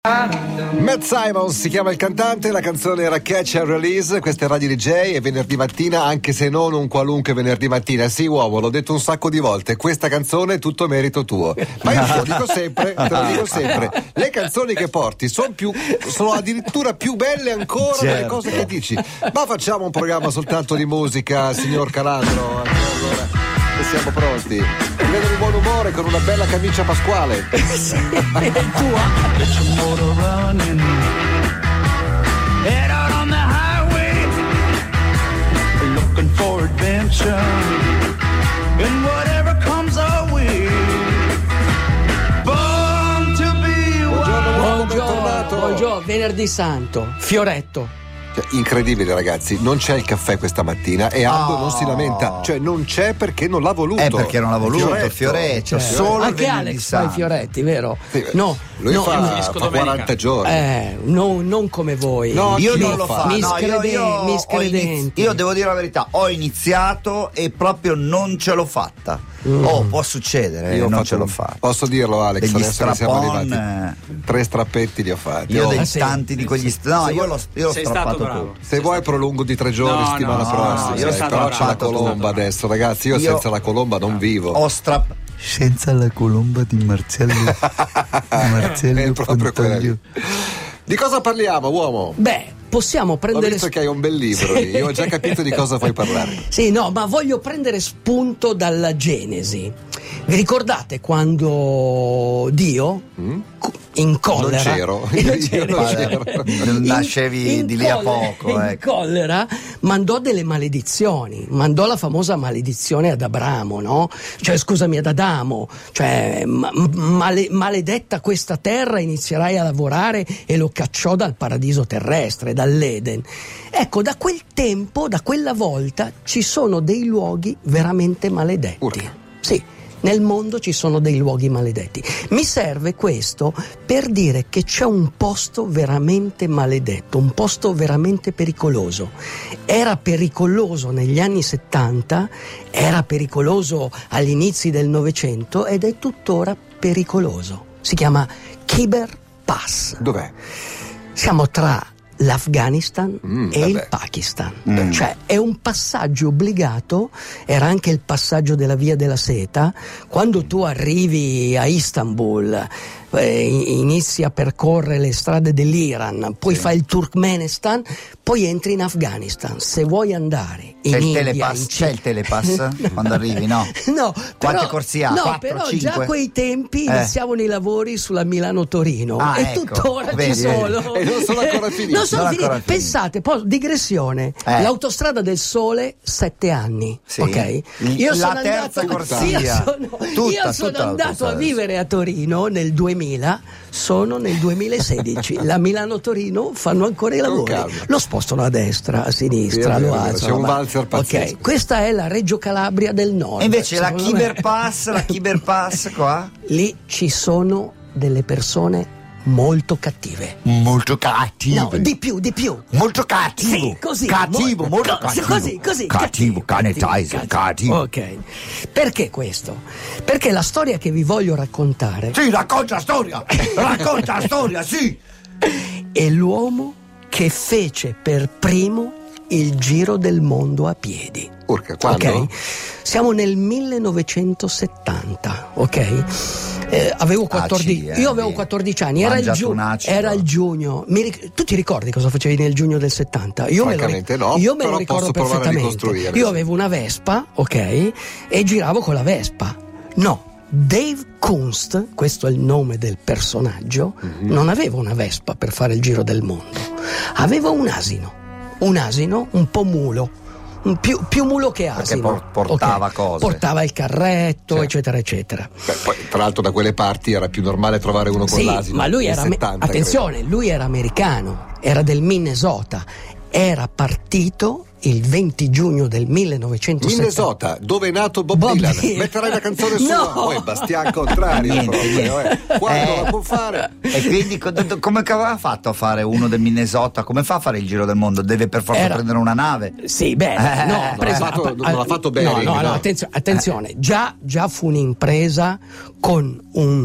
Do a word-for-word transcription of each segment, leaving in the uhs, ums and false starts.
Matt Simons si chiama il cantante, la canzone era Catch and Release, questa è Radio D J, è venerdì mattina, anche se non un qualunque venerdì mattina. Sì, uomo, l'ho detto un sacco di volte, questa canzone è tutto merito tuo, ma io te lo dico sempre, te lo dico sempre, le canzoni che porti sono più, sono addirittura più belle ancora certo. delle cose che dici. Ma facciamo un programma soltanto di musica, signor Calandro, allora che siamo pronti. Ti vedo di buon umore con una bella camicia pasquale. Sì, è tua. Get your motor running. Head out on the highway. Looking for adventure. And whatever comes our way. Born to be wild. Buongiorno, buongiorno, venerdì santo, Fioretto. Cioè, incredibile ragazzi, non c'è il caffè questa mattina e Aldo oh. non si lamenta, cioè non c'è perché non l'ha voluto. È perché non l'ha voluto, Fioretto, Fioretto, cioè, solo anche Alex fa i fioretti, vero? Sì, no, lui no, fa, no, fa quaranta giorni. Eh, no, non come voi. No, io non non lo faccio. Miscreden- no, io, io, miscredenti. io devo dire la verità, ho iniziato e proprio non ce l'ho fatta. Mm. Oh, può succedere, io non ce l'ho fatta. Posso dirlo, Alex? Degli adesso ne siamo strappon, arrivati. Tre strappetti li ho fatti. Io oh. dei Ah, sì. tanti di quegli st- no, Se io vuoi- l'ho, io l'ho sei strappato stato bravo. tutto. Se vuoi prolungo di tre giorni No, settimana no, prossima. no, sai, io però c'è la fatto, colomba adesso, ragazzi. Io, Io- senza la colomba non vivo. Ho strappato senza la colomba di Marcello Marcello È proprio quella lì. Pontaglio. Di cosa parliamo, uomo? Beh, possiamo Ho prendere visto che hai un bel libro lì, io ho già capito di cosa vuoi parlare. Sì, no, ma voglio prendere spunto dalla Genesi. Vi ricordate quando Dio Mm? in collera Non c'ero. Eh, non Io c'eri. non c'ero. Non nascevi in di lì a collera- poco, in ecco. collera mandò delle maledizioni, mandò la famosa maledizione ad Abramo, no? Cioè, scusami, ad Adamo, cioè ma- male- maledetta questa terra, inizierai a lavorare, e lo cacciò dal paradiso terrestre, dall'Eden. Ecco, da quel tempo, da quella volta, ci sono dei luoghi veramente maledetti. Urca. Sì. Nel mondo ci sono dei luoghi maledetti. Mi serve questo per dire che c'è un posto veramente maledetto, un posto veramente pericoloso. Era pericoloso negli anni settanta, era pericoloso agli inizi del Novecento ed è tuttora pericoloso. Si chiama Khyber Pass. Dov'è? Siamo tra l'Afghanistan Mm, e vabbè. il Pakistan, Mm. cioè è un passaggio obbligato, era anche il passaggio della Via della Seta. Quando tu arrivi a Istanbul, eh, inizi a percorrere le strade dell'Iran, poi Sì. fai il Turkmenistan, poi entri in Afghanistan. Se vuoi andare in C'è il India, telepass, in c'è il telepass quando arrivi, no? No, Quante però, corsie ha? No, Quattro, però cinque? già a quei tempi Eh. iniziavano i lavori sulla Milano-Torino Ah, e ecco. tuttora Vedi, ci vedi. sono. E non sono ancora finiti. Non sono Non finiti. ancora finiti. Pensate, poi digressione. Eh. L'autostrada del Sole, sette anni. Sì. Ok? Il- la sono terza andato, corsia. Io sono, Tutta, io sono tutta andato a l'autostrada. vivere a Torino nel duemila, sono nel duemilasedici. La Milano-Torino fanno ancora i Con lavori. calma. Lo spostano a destra, a sinistra, Sì, è lo vero, è vero, alzano. c'è un ma- valzer pazzesco. Ok, questa è la Reggio Calabria del nord. E invece la Secondo Khyber me- Pass, la Khyber Pass qua? Lì ci sono delle persone molto cattive. Molto cattivo. No, di più, di più. Molto cattivo. Sì, così. Cattivo, mo- molto così, cattivo. Così, così. Cattivo, cane Tyson, cattivo. Ok. Perché questo? Perché la storia che vi voglio raccontare Sì, racconta la storia. Racconta la storia, sì. è l'uomo che fece per primo il giro del mondo a piedi. Urca, quando? Ok? Siamo nel millenovecentosettanta, ok? Eh, avevo quattordici, Aci, eh, io avevo sì. quattordici anni, era il, Mangiato giu- un acido. era il giugno. Mi ric- tu ti ricordi cosa facevi nel giugno del settanta? Io me lo, Francamente no, io me però lo ricordo posso provare a perfettamente. ricostruire, Io sì. avevo una Vespa, ok? E giravo con la Vespa. No, Dave Kunst, questo è il nome del personaggio, Mhm. non aveva una Vespa per fare il giro del mondo. Aveva un asino. Un asino un po' mulo. un Più, più mulo che asino. por- portava ok? cose. Portava il carretto, Certo. eccetera, eccetera. Beh, poi, tra l'altro da quelle parti era più normale trovare uno con Sì, l'asino. ma lui nel era, settanta, attenzione, lui era americano, era del Minnesota, era partito il venti giugno del millenovecentosettanta. Minnesota, dove è nato Bob, Bob Dylan. Dylan. Metterai la canzone sua. No. Poi Bastian contrario Niente, proprio, eh. Quando Eh. la può fare? E quindi co- do- come aveva fatto a fare uno del Minnesota? Come fa a fare il giro del mondo? Deve per forza Era- prendere una nave? Sì, beh, Eh, no, non ha preso- l'ha fatto- ha- non l'ha fatto Bering, No, no, no, no? attenzio- attenzione, già, già fu un'impresa con un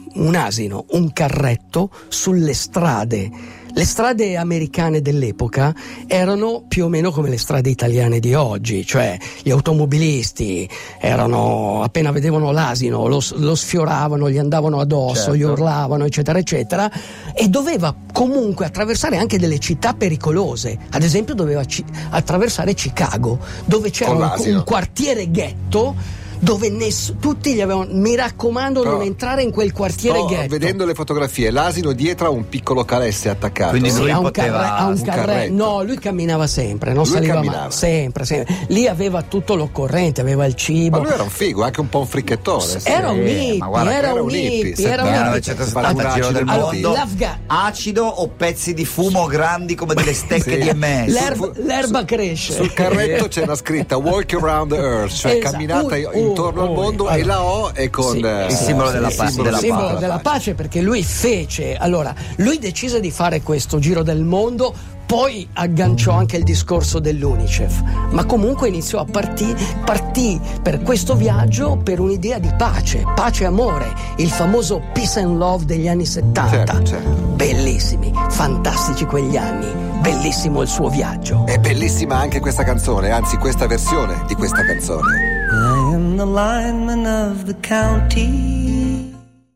un asino, un carretto sulle strade. Le strade americane dell'epoca erano più o meno come le strade italiane di oggi, cioè gli automobilisti erano, appena vedevano l'asino lo, lo sfioravano, gli andavano addosso, certo. gli urlavano, eccetera eccetera, e doveva comunque attraversare anche delle città pericolose. Ad esempio doveva ci- attraversare Chicago, dove c'era un, un quartiere ghetto dove ness- tutti gli avevano, mi raccomando, Però non entrare in quel quartiere sto ghetto. vedendo le fotografie, l'asino dietro a un piccolo calesse attaccato. Quindi Sì, lui ha un, poteva- carre- ha un un carre- carretto. no, lui camminava sempre, non Lui saliva camminava. mai, sempre, sempre. Lì aveva tutto l'occorrente, aveva il cibo. Ma lui era un figo, anche un po' un fricchettone. sì. Era un Eh, hippie, ma guarda, era, era un un hippie, hippie, era un settanta, hippie. millenovecentosettanta, giro del Allora, mondo. l'Afga- Acido o pezzi di fumo grandi come delle stecche Sì. di M S? L'erba, l'erba cresce. Sul carretto c'è una scritta Walk around the earth, cioè Esatto. camminata Uh, intorno uh, al mondo, uh, e allora. la O è con Sì, eh, il simbolo della il pace, simbolo della il simbolo pace. della pace, perché lui fece, allora, lui decise di fare questo giro del mondo, poi agganciò anche il discorso dell'UNICEF, ma comunque iniziò a partire, partì per questo viaggio per un'idea di pace, pace e amore, il famoso peace and love degli anni settanta. Certo, certo. Bellissimi, fantastici quegli anni, bellissimo il suo viaggio. È bellissima anche questa canzone, anzi questa versione di questa canzone. I am the lineman of the county.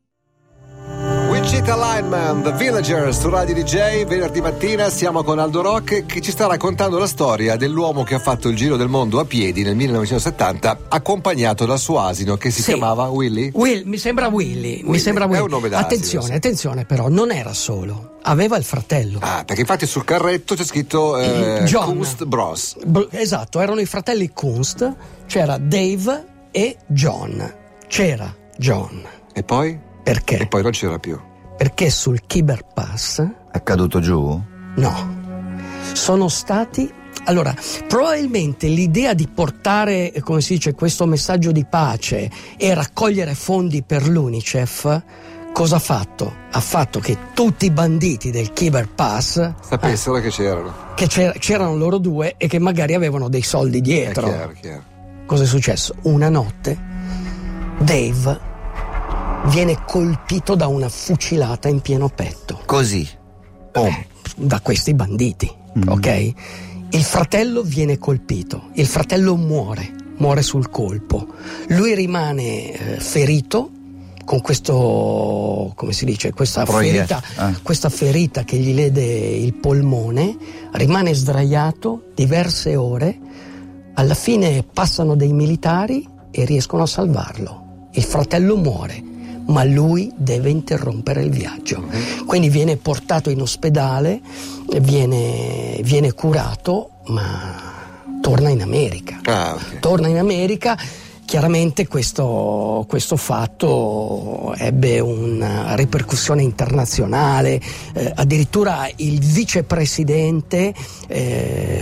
Wichita Lineman, The Villagers su Radio D J. Venerdì mattina siamo con Aldo Rock che ci sta raccontando la storia dell'uomo che ha fatto il giro del mondo a piedi nel millenovecentosettanta, accompagnato dal suo asino che si Sì. chiamava Willy. Will, mi sembra Willy, mi Willy, sembra è Willy. un nome d'asino, attenzione, sì. attenzione però, non era solo, aveva il fratello. Ah, perché infatti sul carretto c'è scritto eh, John. Kunst Bros. Br- esatto, erano i fratelli Kunst, c'era Dave e John. C'era John. E poi? Perché? E poi non c'era più. Perché sul Khyber Pass, È caduto giù? no, sono stati... Allora, probabilmente l'idea di portare, come si dice, questo messaggio di pace e raccogliere fondi per l'UNICEF, cosa ha fatto? Ha fatto che tutti i banditi del Khyber Pass Sapessero che c'erano. che c'era- c'erano loro due e che magari avevano dei soldi È dietro. chiaro, chiaro. Cosa è successo? Una notte Dave viene colpito da una fucilata in pieno petto Così. Oh. da questi banditi, ok? Il fratello viene colpito, il fratello muore, muore sul colpo. Lui rimane eh, ferito con questo, come si dice, questa Proietto, ferita, eh. questa ferita che gli lede il polmone, rimane sdraiato diverse ore. Alla fine passano dei militari e riescono a salvarlo. Il fratello muore, ma lui deve interrompere il viaggio. Quindi viene portato in ospedale, viene, viene curato, ma torna in America. Ah, ok. Torna in America. Chiaramente questo, questo fatto ebbe una ripercussione internazionale, eh, addirittura il vicepresidente eh,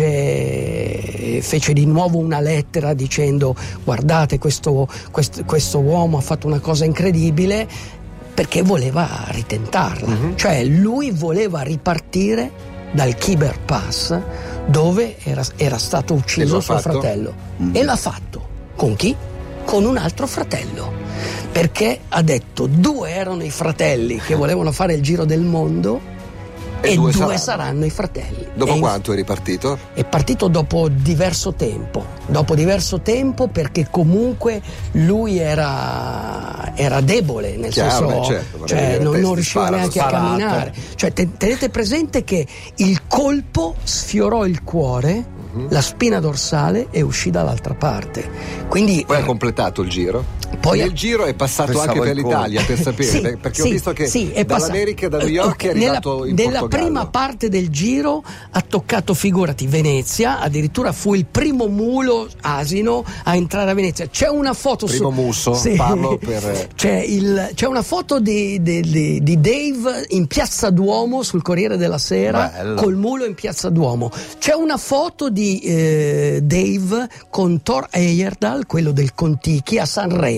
fece, fece di nuovo una lettera dicendo: guardate, questo, questo, questo uomo ha fatto una cosa incredibile, perché voleva ritentarla. Mhm. Cioè lui voleva ripartire dal Khyber Pass, dove era, era stato E ucciso l'ha suo fatto? fratello. E l'ha fatto. Con chi? Con un altro fratello. Perché ha detto: due erano i fratelli che volevano fare il giro del mondo E e, due due, saranno. saranno i fratelli. Dopo E quanto è ripartito? È partito dopo diverso tempo, dopo diverso tempo perché comunque lui era, era debole, nel Chiaro, senso, beh, certo, va cioè, bene, non, testi non riusciva sparano, neanche a sparato. camminare. Cioè, te- tenete presente che il colpo sfiorò il cuore, la spina dorsale, e uscì dall'altra parte. Quindi Poi ha completato il giro. Poi Nel ha- giro è passato Pensavo anche per il cuore. l'Italia, per sapere, Sì, beh, perché sì, ho visto che sì, è passato- dall'America, da New York, Eh, è arrivato nella, in nella Portogallo. prima parte del giro ha toccato, figurati, Venezia, addirittura fu il primo mulo asino a entrare a Venezia. C'è una foto Primo su muso, parlo per- c'è, il- c'è una foto di, di- di- di Dave in Piazza Duomo sul Corriere della Sera, Bello. col mulo in Piazza Duomo. C'è una foto di eh, Dave con Thor Heyerdahl, quello del Contiki, a Sanremo.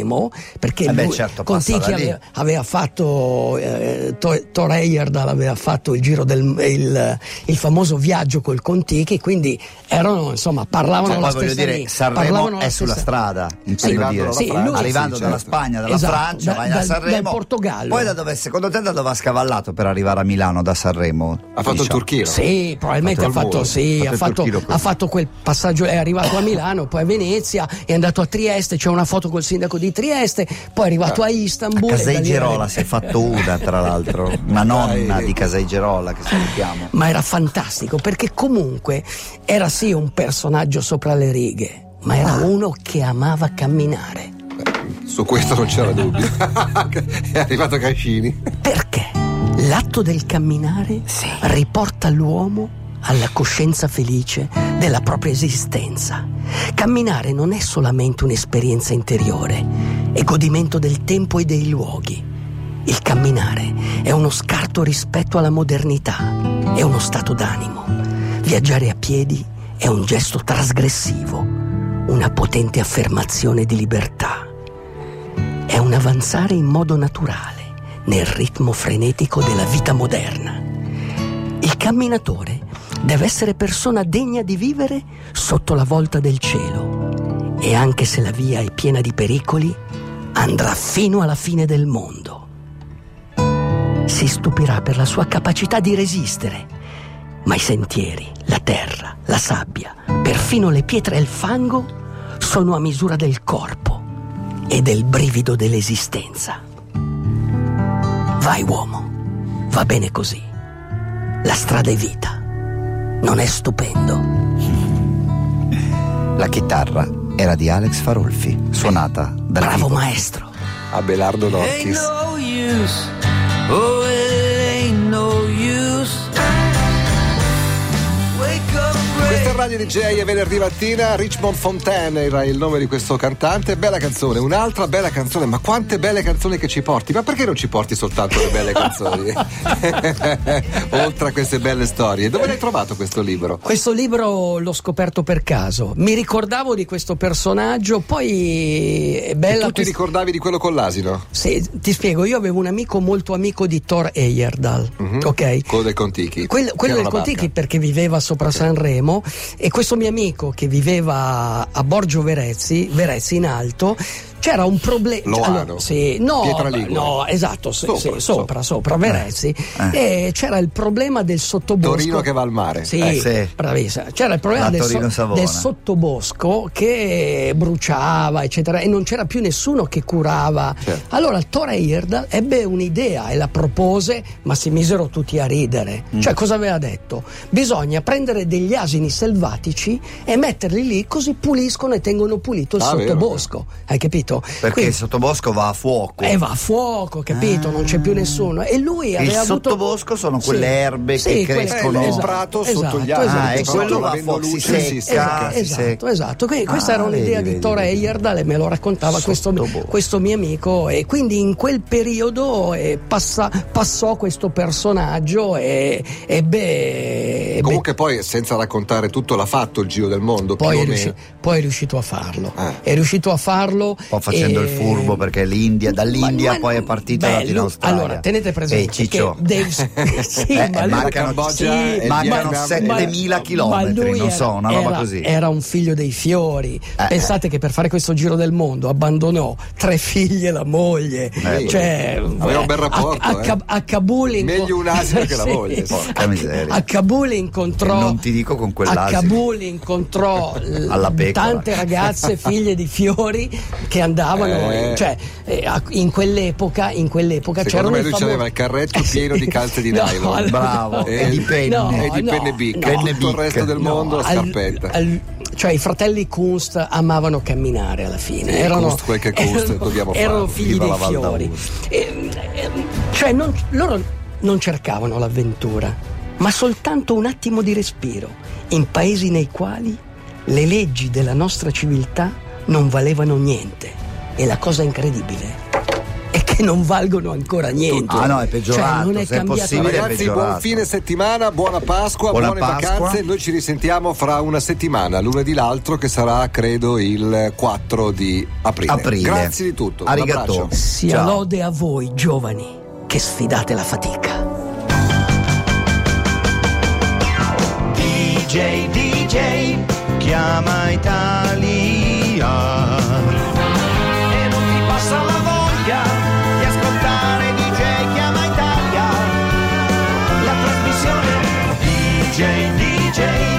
Sanremo, perché Eh beh, lui, certo, Contiki passa da lì. aveva, aveva fatto eh, To- Thor Heyerdahl aveva fatto il giro del il, il famoso viaggio col Contiki, quindi erano, insomma, parlavano Ma la poi voglio stessa dire, lingua, Sanremo parlavano è la sulla stessa- strada, intendo arrivando dire. dalla Sì, Francia, lui- Arrivando sì, dalla certo. Spagna, dalla Esatto, Francia, da- vai a dal- Sanremo. dal Portogallo. Poi da dove, secondo te, da dove ha scavallato per arrivare a Milano da Sanremo? Ha fatto il Diciamo. turchino. Sì, probabilmente ha Fatto il fatto, muro. sì, Fatto ha il fatto, turchino così. ha fatto quel passaggio, è arrivato a Milano, poi a Venezia, è andato a Trieste, c'è una foto col sindaco di Trieste, poi è arrivato a Istanbul. A e da lì Caseigerola è- si è fatto una, tra l'altro, una nonna di Caseigerola che salutiamo. Ma era fantastico perché comunque era sì un personaggio sopra le righe, ma era uno che amava camminare. Su questo non c'era dubbio. È arrivato Cascini. Perché l'atto del camminare riporta l'uomo alla coscienza felice della propria esistenza. Camminare non è solamente un'esperienza interiore, è godimento del tempo e dei luoghi. Il camminare è uno scarto rispetto alla modernità, è uno stato d'animo. Viaggiare a piedi è un gesto trasgressivo, una potente affermazione di libertà. È un avanzare in modo naturale nel ritmo frenetico della vita moderna. Il camminatore deve essere persona degna di vivere sotto la volta del cielo e anche se la via è piena di pericoli, andrà fino alla fine del mondo. Si stupirà per la sua capacità di resistere, ma i sentieri, la terra, la sabbia, perfino le pietre e il fango sono a misura del corpo e del brivido dell'esistenza. Vai uomo, va bene così. La strada è vita, non è stupendo? La chitarra era di Alex Farolfi, suonata da Bravo maestro. Abelardo Ain't Dorchis. no use. Oh, it ain't no use. Wake up, Questa è Radio D J e venerdì mattina Richmond Fontaine era il nome di questo cantante. Bella canzone, un'altra bella canzone. Ma quante belle canzoni che ci porti? Ma perché non ci porti soltanto le belle canzoni? Oltre a queste belle storie. Dove l'hai trovato questo libro? Questo libro l'ho scoperto per caso. Mi ricordavo di questo personaggio, poi è E bella tu ti quest- ricordavi di quello con l'asino? Sì, ti spiego, io avevo un amico molto amico di Thor Heyerdahl, Mhm. ok? Quello del Contiki. Quello, Che quello era del una Contiki barca. perché viveva sopra Sanremo, e questo mio amico che viveva a Borgio Verezzi, Verezzi in alto, c'era un problema. Loano. sì, no, Pietraligure. no, esatto, sì, Sopra, sì, sopra, sopra. sopra, Verezzi, e c'era il problema del sottobosco. Torino che va al mare. Sì, Eh, sì. bravissima. C'era il problema La del, Torino Savona. del sottobosco che bruciava, eccetera, e non c'era più nessuno che curava. Certo. Allora il Thor Heyerdahl ebbe un'idea e la propose, ma si misero tutti a ridere. Mm. Cioè, cosa aveva detto? Bisogna prendere degli asini selvatici e metterli lì, così puliscono e tengono pulito il Ah, vero, sottobosco. Hai capito? Perché Quindi- il sottobosco va a fuoco. e va a fuoco, capito? Non c'è più nessuno. E lui Il aveva avuto. sottobosco sono quelle erbe che quelle- crescono. Eh, il esatto, prato esatto, sotto gli esatto, alberi. Ah, e esatto. quello va a avendo fuoco, si luce, si secca. secca. si Esatto, secca. esatto. Que- Questa Ah, era un'idea vedi, di vedi, Thor vedi. Heyerdahl e me lo raccontava questo, Sottobosco. questo mio amico, e quindi in quel periodo eh, passa- passò questo personaggio e ebbe. Comunque poi, senza raccontare tutto, l'ha fatto il giro del mondo, poi più è, o riusci- meno. poi è riuscito a farlo. Ah. È riuscito a farlo. Un po' facendo e- il furbo perché l'India, dall'India Ma- ma- poi è partito beh, andato in lui- Australia. Allora, tenete Ehi, presente Ciccio. che Dave, sì, Eh, ma lui- mancano- Cambogia sì, e il mancano Vietnam. settemila ma chilometri, lui non era- so, una roba era- così. Era un figlio dei fiori. Eh, Pensate che per fare questo giro del mondo abbandonò tre figli e la moglie. Eh, cioè, aveva un bel rapporto, A, a, eh. Cab- a Kabul inco- Meglio un asino che la Sì. moglie. Porca A- miseria. A Kabul incontrò. E non ti dico con A quell'asino. Kabul incontrò l- Alla pecora. tante ragazze figlie di fiori che andavano, Eh. cioè eh, a- in quell'epoca, in quell'epoca Secondo c'erano me i lui famosi- c'aveva il carretto Eh, sì. pieno di calze di No, nylon. allora- Bravo, e di penne. No, e di no, penne bic. no. Tutto il Penne resto bic. del mondo, No, la al- scarpetta. al- cioè i fratelli Kunst amavano camminare alla fine. Sì, erano, Kunst, quel che Kunst, erano- dobbiamo erano farlo. figli Viva dei la Val fiori. d'Aosta. E, e, cioè non- loro non cercavano l'avventura, ma soltanto un attimo di respiro in paesi nei quali le leggi della nostra civiltà non valevano niente. E la cosa incredibile è che che non valgono ancora niente. Ah no, è peggiorato, Cioè, non è se è cambiato. possibile è Ragazzi, buon peggiorato. fine settimana, buona Pasqua, Buona buone Pasqua. vacanze. Noi ci risentiamo fra una settimana, lunedì l'altro, che sarà credo il quattro di aprile. Aprile. Grazie di tutto. Un Arigato. abbraccio. Sia Ciao. lode a voi, giovani, che sfidate la fatica. D J, D J, chiama Italia. E non ti passa la voglia di ascoltare D J Chiama Italia. La trasmissione D J, D J.